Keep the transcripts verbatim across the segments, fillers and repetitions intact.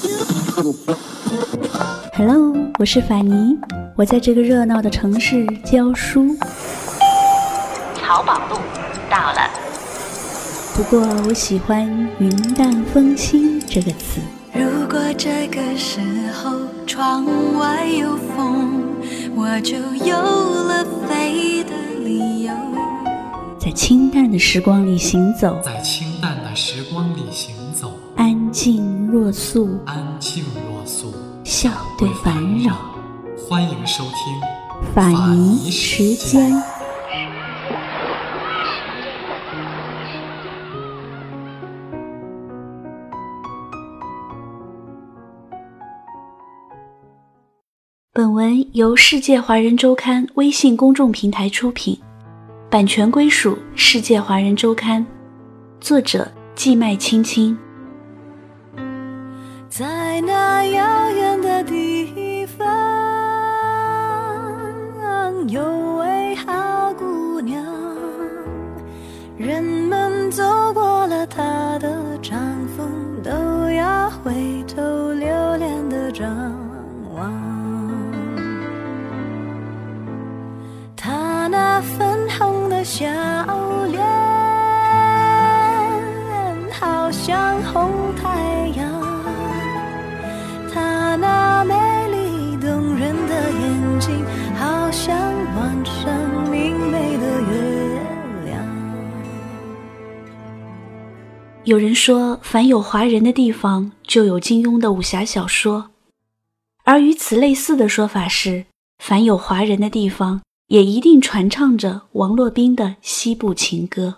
Hello， 我是法妮，我在这个热闹的城市教书。 漕宝路到了。 不过我喜欢云淡风轻这个词。 如果这个时候窗外有风，我就有了飞的理由。 在清淡的时光里行走， 在清淡的时光里行走， 安静若素， 安静若素， 笑对烦扰。 欢迎收听法妮时间。本文由世界华人周刊微信公众平台出品，版权归属世界华人周刊，作者季麦青青。 在那遥远的地方，有位好姑娘，人们走过了她的帐篷，都要回头留恋的张望。她那粉红的笑脸，好像红太阳。她那美丽动人的眼睛，好像晚上明媚的月亮。 有人说，凡有华人的地方，就有金庸的武侠小说。而与此类似的说法是，凡有华人的地方，也一定传唱着王洛宾的西部情歌。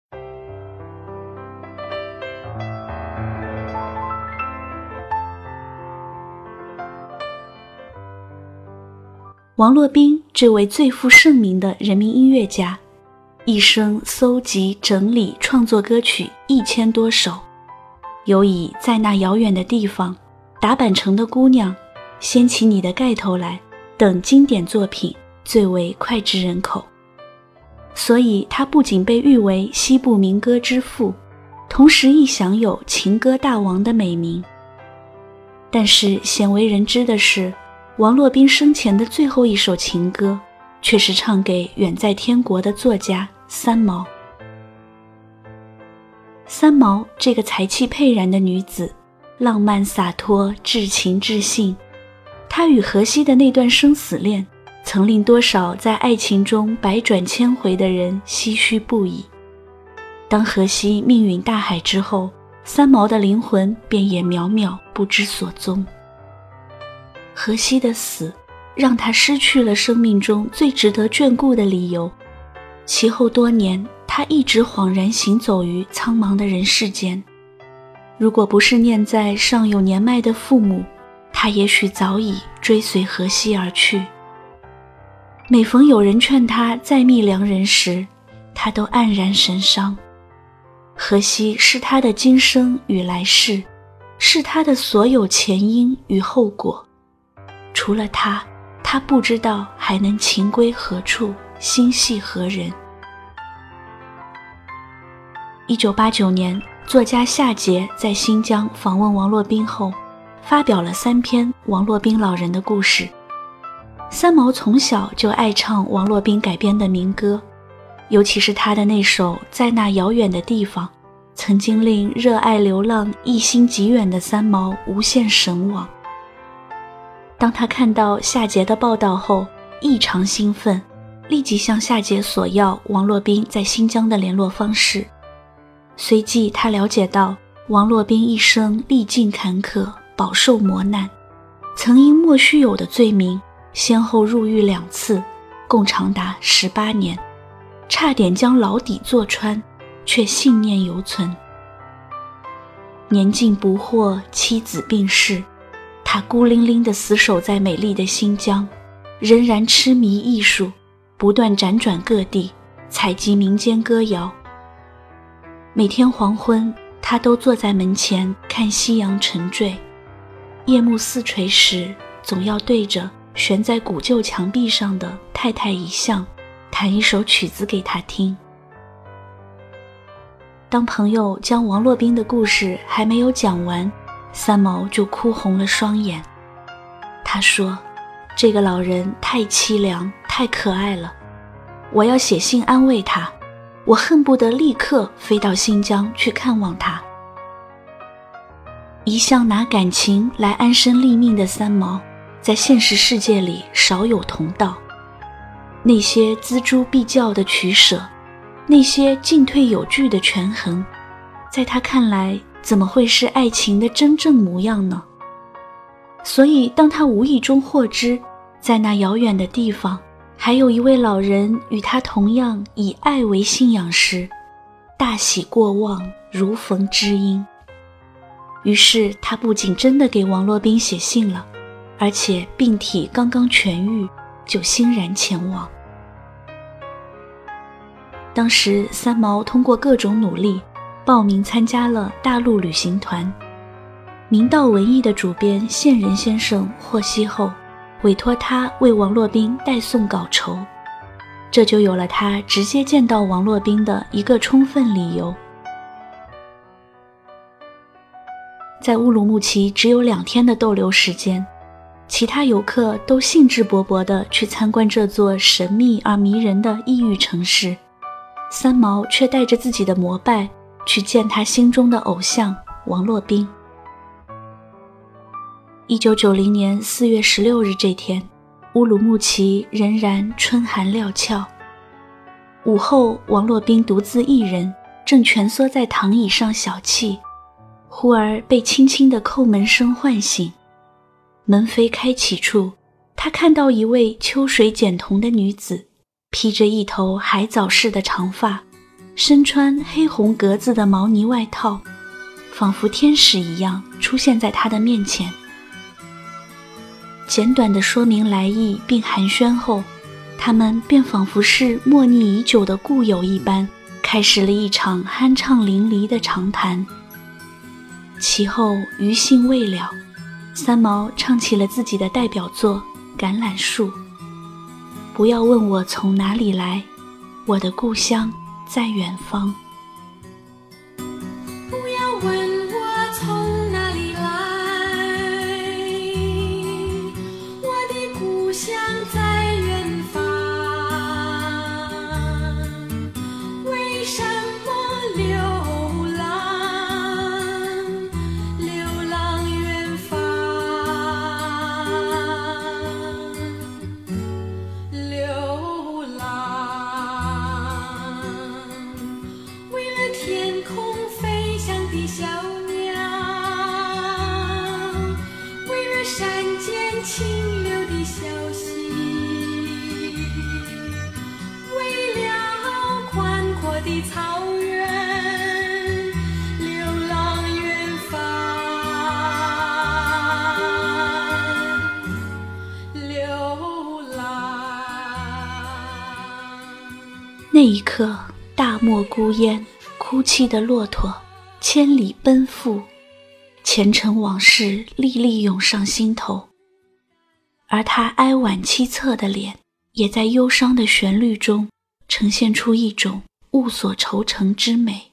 王洛宾这位最负盛名的人民音乐家，一生搜集整理创作歌曲一千多首，有以在那遥远的地方、打板城的姑娘、掀起你的盖头来等经典作品最为脍炙人口。所以他不仅被誉为西部民歌之父，同时亦享有情歌大王的美名。但是鲜为人知的是，王洛宾生前的最后一首情歌却是唱给远在天国的作家三毛。三毛这个才气沛然的女子，浪漫洒脱，至情至性。她与荷西的那段生死恋，曾令多少在爱情中百转千回的人唏嘘不已。当荷西命运大海之后，三毛的灵魂便也渺渺不知所踪。荷西的死让他失去了生命中最值得眷顾的理由，其后多年他一直恍然行走于苍茫的人世间。如果不是念在尚有年迈的父母，他也许早已追随荷西而去。每逢有人劝他再觅良人时，他都黯然神伤。荷西是他的今生与来世，是他的所有前因与后果。除了他，他不知道还能情归何处，心系何人。一九八九年，作家夏桀在新疆访问王洛宾后，发表了三篇王洛宾老人的故事。三毛从小就爱唱王洛宾改编的民歌，尤其是他的那首《在那遥远的地方》，曾经令热爱流浪一心极远的三毛无限神往。当他看到夏桀的报道后，异常兴奋，立即向夏桀索要王洛宾在新疆的联络方式。随即他了解到，王洛宾一生历尽坎坷，饱受磨难，曾因莫须有的罪名先后入狱两次，共长达十八年，差点将牢底坐穿，却信念犹存。年近不惑，妻子病逝，他孤零零地死守在美丽的新疆，仍然痴迷艺术，不断辗转各地，采集民间歌谣。每天黄昏，他都坐在门前看夕阳沉坠，夜幕四垂时，总要对着悬在古旧墙壁上的太太遗像弹一首曲子给他听。当朋友将王洛宾的故事还没有讲完， 三毛就哭红了双眼。他说，这个老人太凄凉，太可爱了，我要写信安慰他，我恨不得立刻飞到新疆去看望他。一向拿感情来安身立命的三毛，在现实世界里少有同道。那些锱铢必较的取舍，那些进退有据的权衡，在他看来怎么会是爱情的真正模样呢？所以当他无意中获知，在那遥远的地方还有一位老人与他同样以爱为信仰时，大喜过望，如逢知音。于是他不仅真的给王洛宾写信了，而且病体刚刚痊愈，就欣然前往。当时三毛通过各种努力报名参加了大陆旅行团，明道文艺的主编线人先生获悉后，委托他为王洛宾代送稿酬，这就有了他直接见到王洛宾的一个充分理由。在乌鲁木齐只有两天的逗留时间，其他游客都兴致勃勃地去参观这座神秘而迷人的异域城市，三毛却带着自己的膜拜去见他心中的偶像王洛宾。一九九零年四月十六日这天，乌鲁木齐仍然春寒料峭。午后，王洛宾独自一人，正蜷缩在躺椅上小憩，忽而被轻轻的叩门声唤醒。门扉开启处，他看到一位秋水剪瞳的女子，披着一头海藻似的长发，身穿黑红格子的毛呢外套，仿佛天使一样出现在他的面前。简短的说明来意并寒暄后，他们便仿佛是默逆已久的故友一般，开始了一场酣畅淋漓的长谈。其后余兴未了，三毛唱起了自己的代表作《橄榄树》。不要问我从哪里来，我的故乡在远方。 不要问我从哪里来，我的故乡在远方。为什么流浪，流浪远方，流浪，为了天空飞翔的小鸟，为了山间清流的小溪，为了宽阔的草原，流浪远方，流浪。 那一刻，大漠孤烟，哭泣的骆驼，千里奔赴，前尘往事历历涌上心头。而他哀婉凄恻的脸，也在忧伤的旋律中呈现出一种物所愁成之美。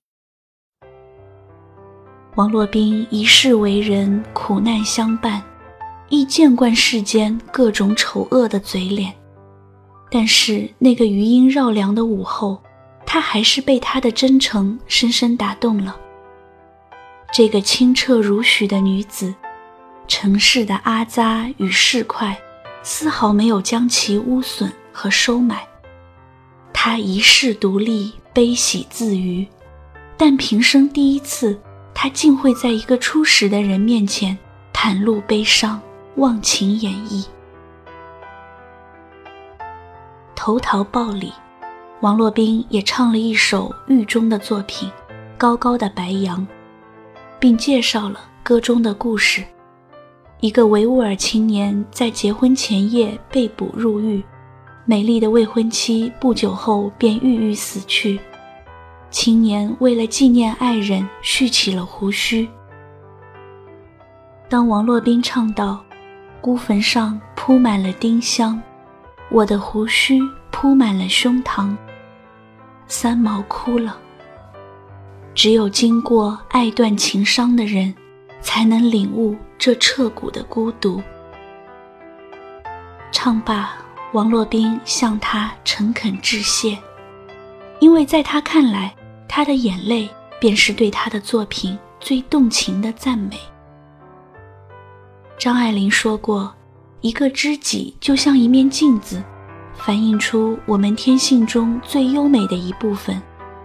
王洛宾一世为人，苦难相伴，亦见惯世间各种丑恶的嘴脸。但是那个余音绕梁的午后，他还是被他的真诚深深打动了。这个清澈如许的女子，尘世的阿杂与市侩丝毫没有将其污损和收买。她一世独立，悲喜自娱，但平生第一次，她竟会在一个初识的人面前袒露悲伤，忘情演绎。投桃报李，王洛宾也唱了一首狱中的作品《高高的白杨》，并介绍了歌中的故事。一个维吾尔青年在结婚前夜被捕入狱，美丽的未婚妻不久后便郁郁死去。青年为了纪念爱人，蓄起了胡须。当王洛宾唱到孤坟上铺满了丁香，我的胡须铺满了胸膛，三毛哭了。只有经过爱断情伤的人， 才能领悟这彻骨的孤独。唱罢，王洛宾向他诚恳致谢，因为在他看来，他的眼泪便是对他的作品最动情的赞美。张爱玲说过，一个知己就像一面镜子，反映出我们天性中最优美的一部分。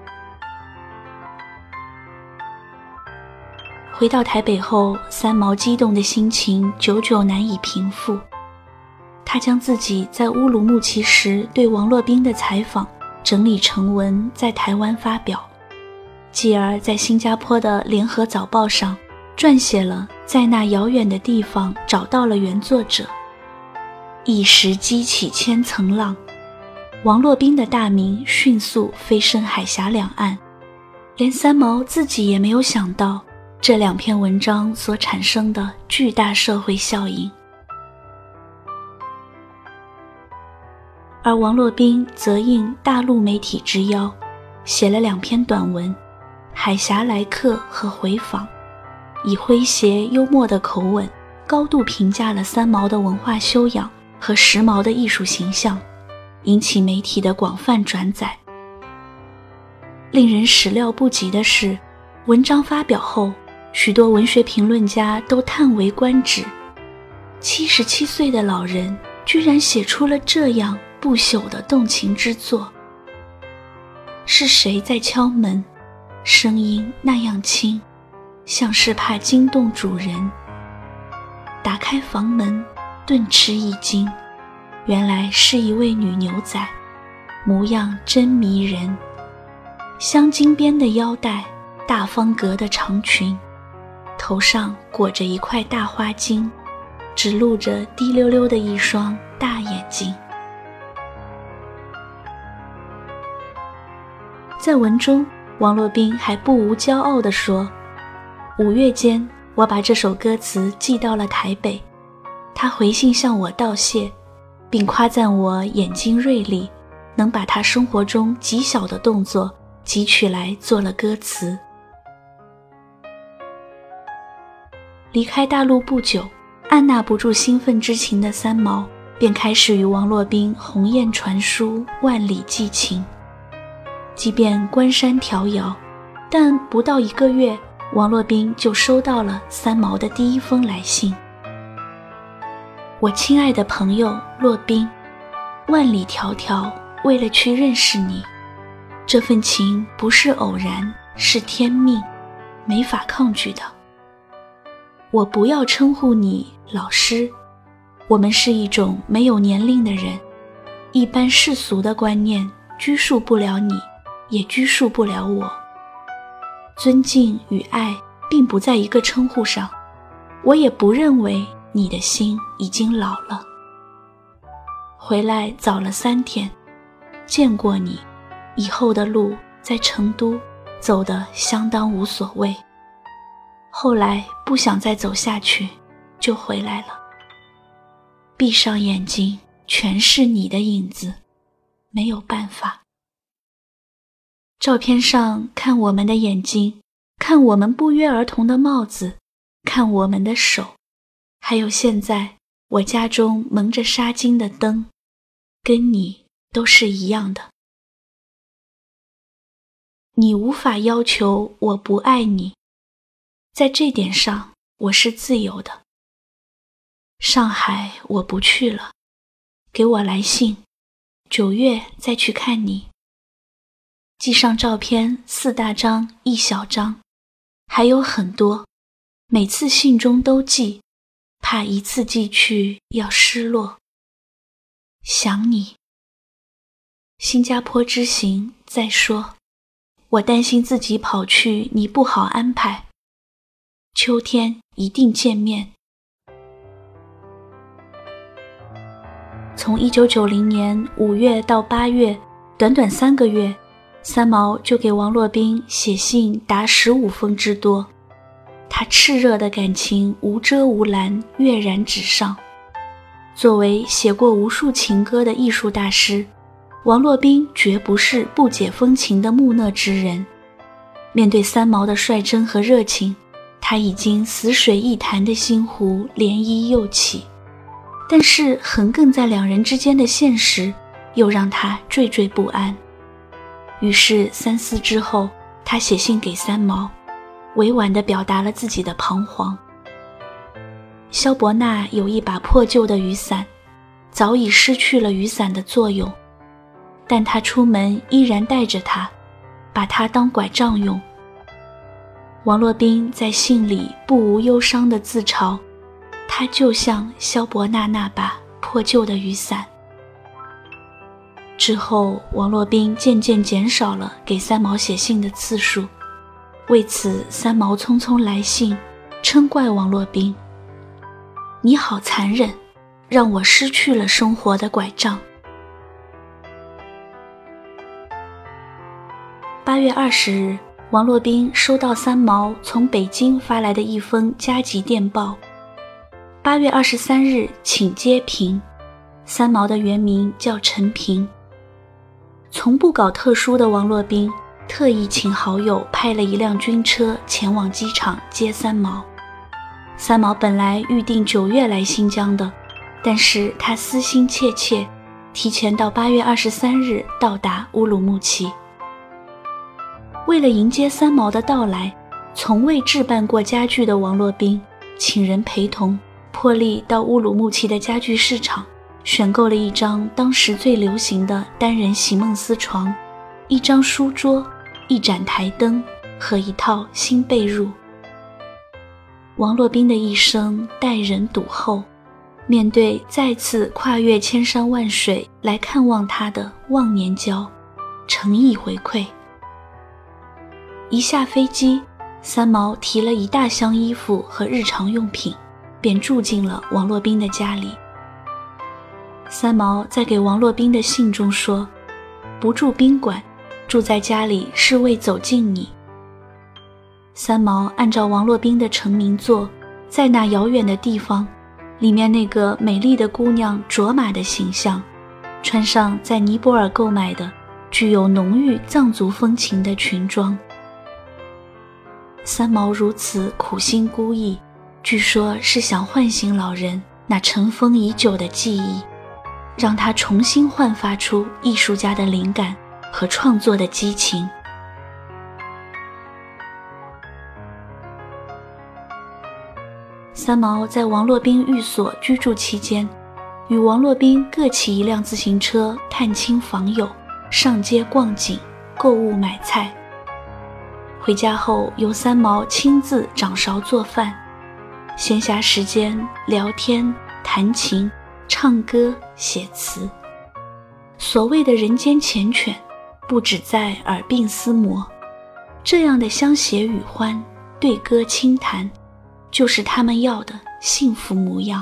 回到台北后，三毛激动的心情久久难以平复。他将自己在乌鲁木齐时对王洛宾的采访整理成文，在台湾发表，继而在新加坡的联合早报上撰写了在那遥远的地方找到了原作者，一时激起千层浪，王洛宾的大名迅速飞升海峡两岸，连三毛自己也没有想到这两篇文章所产生的巨大社会效应。而王洛宾则应大陆媒体之邀，写了两篇短文《海峡来客》和《回访》，以诙谐幽默的口吻高度评价了三毛的文化修养和时髦的艺术形象，引起媒体的广泛转载。令人始料不及的是，文章发表后，许多文学评论家都叹为观止，七十七岁的老人居然写出了这样不朽的动情之作。是谁在敲门？声音那样轻，像是怕惊动主人。打开房门，顿吃一惊，原来是一位女牛仔，模样真迷人。镶金边的腰带，大方格的长裙，头上裹着一块大花巾，只露着滴溜溜的一双大眼睛。在文中，王洛宾还不无骄傲地说，五月间我把这首歌词寄到了台北，他回信向我道谢，并夸赞我眼睛锐利，能把他生活中极小的动作汲取来做了歌词。离开大陆不久，按捺不住兴奋之情的三毛便开始与王洛宾鸿雁传书，万里寄情。即便关山迢遥，但不到一个月，王洛宾就收到了三毛的第一封来信。我亲爱的朋友洛宾，万里迢迢为了去认识你，这份情不是偶然，是天命，没法抗拒的。我不要称呼你老师，我们是一种没有年龄的人，一般世俗的观念拘束不了你，也拘束不了我。尊敬与爱并不在一个称呼上，我也不认为你的心已经老了。回来早了三天，见过你，以后的路在成都走得相当无所谓。后来不想再走下去，就回来了。闭上眼睛，全是你的影子，没有办法。照片上看我们的眼睛，看我们不约而同的帽子，看我们的手，还有现在我家中蒙着纱巾的灯，跟你都是一样的。你无法要求我不爱你，在这点上我是自由的。上海我不去了，给我来信，九月再去看你。寄上照片，四大张一小张，还有很多，每次信中都寄，怕一次寄去要失落。想你。新加坡之行再说，我担心自己跑去你不好安排。秋天一定见面。从一九九零年五月到八月，短短三个月，三毛就给王洛宾写信达十五封之多。他炽热的感情无遮无拦，跃然纸上。作为写过无数情歌的艺术大师，王洛宾绝不是不解风情的木讷之人。面对三毛的率真和热情， 他已经死水一潭的心湖涟漪又起，但是横亘在两人之间的现实又让他惴惴不安。于是三思之后，他写信给三毛，委婉地表达了自己的彷徨。萧伯纳有一把破旧的雨伞，早已失去了雨伞的作用，但他出门依然带着它，把它当拐杖用。王洛宾在信里不无忧伤地自嘲，他就像萧伯纳那把破旧的雨伞。之后，王洛宾渐渐减少了给三毛写信的次数，为此三毛匆匆来信，嗔怪王洛宾：你好残忍，让我失去了生活的拐杖。八月二十日，王洛宾收到三毛从北京发来的一封加急电报。八月二十三日，请接平。三毛的原名叫陈平。从不搞特殊的王洛宾特意请好友派了一辆军车前往机场接三毛。三毛本来预定九月来新疆的，但是他私心切切，提前到八月二十三日到达乌鲁木齐。为了迎接三毛的到来，从未置办过家具的王洛宾请人陪同，破例到乌鲁木齐的家具市场选购了一张当时最流行的单人席梦思床，一张书桌，一盏台灯和一套新被褥。王洛宾的一生待人笃厚，面对再次跨越千山万水来看望他的忘年交，诚意回馈。一下飞机，三毛提了一大箱衣服和日常用品，便住进了王洛宾的家里。三毛在给王洛宾的信中说，不住宾馆，住在家里是为走近你。三毛按照王洛宾的成名作，在那遥远的地方，里面那个美丽的姑娘卓玛的形象，穿上在尼泊尔购买的具有浓郁藏族风情的裙装。三毛如此苦心孤诣，据说是想唤醒老人那尘封已久的记忆，让他重新焕发出艺术家的灵感和创作的激情。三毛在王洛宾寓所居住期间，与王洛宾各骑一辆自行车探亲访友，上街逛景，购物买菜。回家后由三毛亲自掌勺做饭，闲暇时间聊天、弹琴、唱歌、写词。所谓的人间缱绻，不只在耳鬓厮磨，这样的相携与欢，对歌轻弹，就是他们要的幸福模样。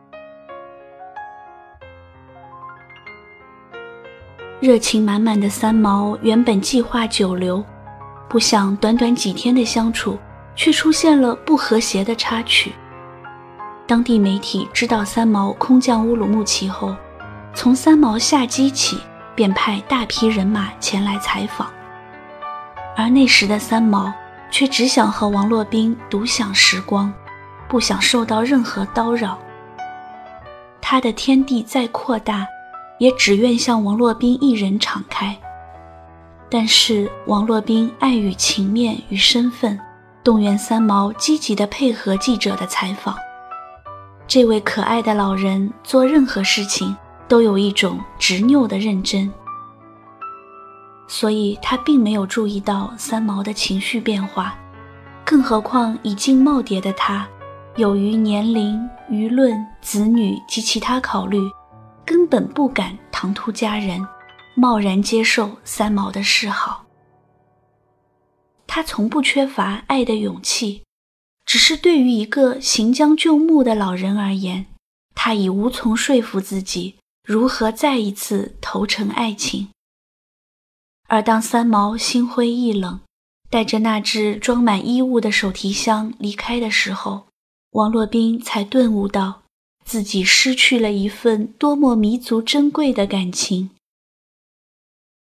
热情满满的三毛原本计划久留，不想短短几天的相处，却出现了不和谐的插曲。当地媒体知道三毛空降乌鲁木齐后，从三毛下机起，便派大批人马前来采访。而那时的三毛却只想和王洛宾独享时光，不想受到任何叨扰。他的天地再扩大，也只愿向王洛宾一人敞开。但是王洛宾碍于情面与身份，动员三毛积极地配合记者的采访。这位可爱的老人做任何事情都有一种执拗的认真，所以他并没有注意到三毛的情绪变化，更何况已经耄耋的他，由于年龄、舆论、子女及其他考虑，根本不敢唐突佳人，贸然接受三毛的示好。他从不缺乏爱的勇气，只是对于一个行将就木的老人而言，他已无从说服自己如何再一次投诚爱情。而当三毛心灰意冷，带着那只装满衣物的手提箱离开的时候，王洛宾才顿悟到自己失去了一份多么弥足珍贵的感情。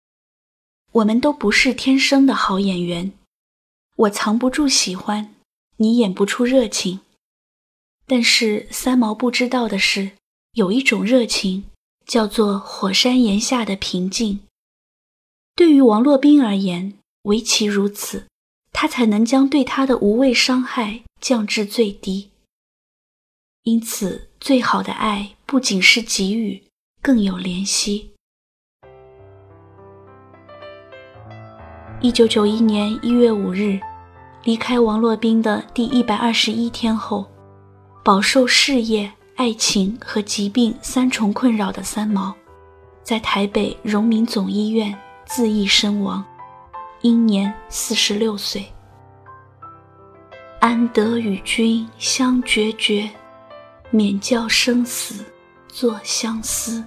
我们都不是天生的好演员，我藏不住喜欢， 你演不出热情。但是三毛不知道的是，有一种热情叫做火山岩下的平静。对于王洛宾而言，唯其如此，他才能将对他的无谓伤害降至最低。因此，最好的爱不仅是给予，更有怜惜。一九九一年一月五日，离开王洛宾的第一百二十一天后，饱受事业、爱情和疾病三重困扰的三毛，在台北荣民总医院自缢身亡，英年四十六岁。安得与君相决绝，免教生死作相思。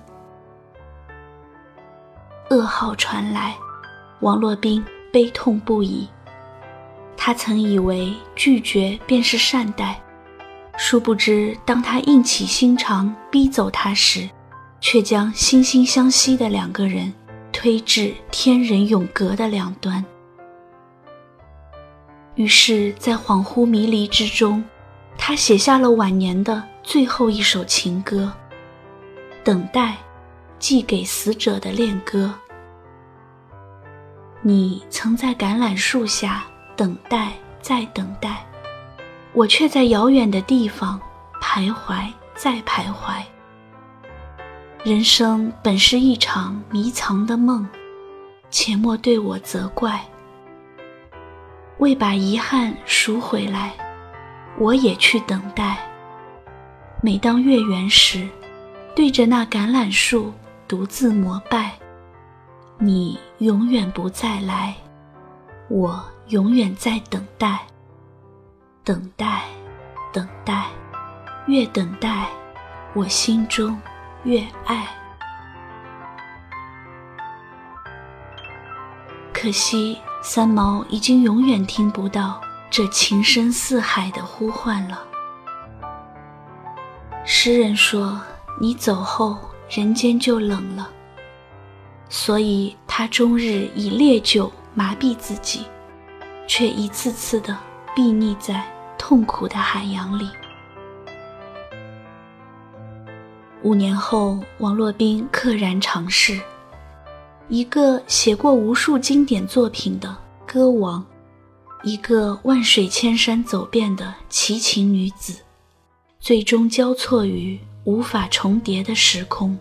噩耗传来，王洛宾悲痛不已。他曾以为拒绝便是善待，殊不知当他硬起心肠逼走他时，却将惺惺相惜的两个人推至天人永隔的两端。于是在恍惚迷离之中，他写下了晚年的最后一首情歌《等待》，寄给死者的恋歌。你曾在橄榄树下等待，再等待，我却在遥远的地方徘徊，再徘徊。人生本是一场迷藏的梦，且莫对我责怪。为把遗憾赎回来，我也去等待。每当月圆时，对着那橄榄树独自膜拜。你永远不再来，我永远在等待，等待，等待，越等待，我心中越爱。可惜三毛已经永远听不到这情深似海的呼唤了。诗人说，你走后人间就冷了，所以他终日以烈酒麻痹自己，却一次次地睥溺在痛苦的海洋里。五年后，王洛宾溘然长逝，一个写过无数经典作品的歌王，一个万水千山走遍的奇情女子，最终交错于无法重叠的时空。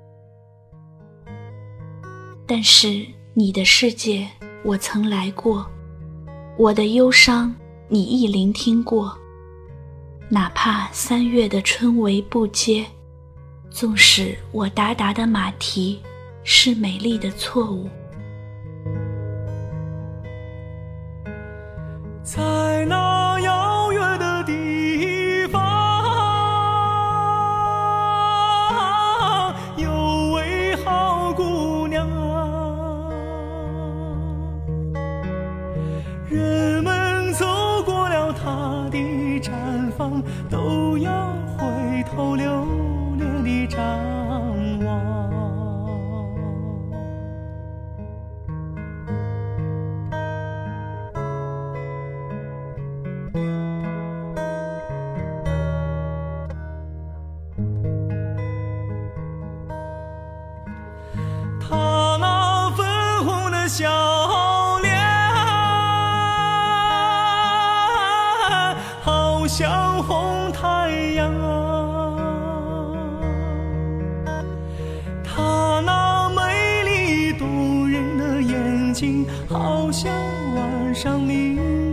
但是你的世界我曾来过，我的忧伤你亦聆听过，哪怕三月的春雷不接，纵使我达达的马蹄是美丽的错误。 在那遥远的地方，有位好姑娘，人们走过了她的毡房，都要回头留恋地张望。她那粉红的笑脸，好像红太阳啊，她那美丽动人的眼睛，好像晚上明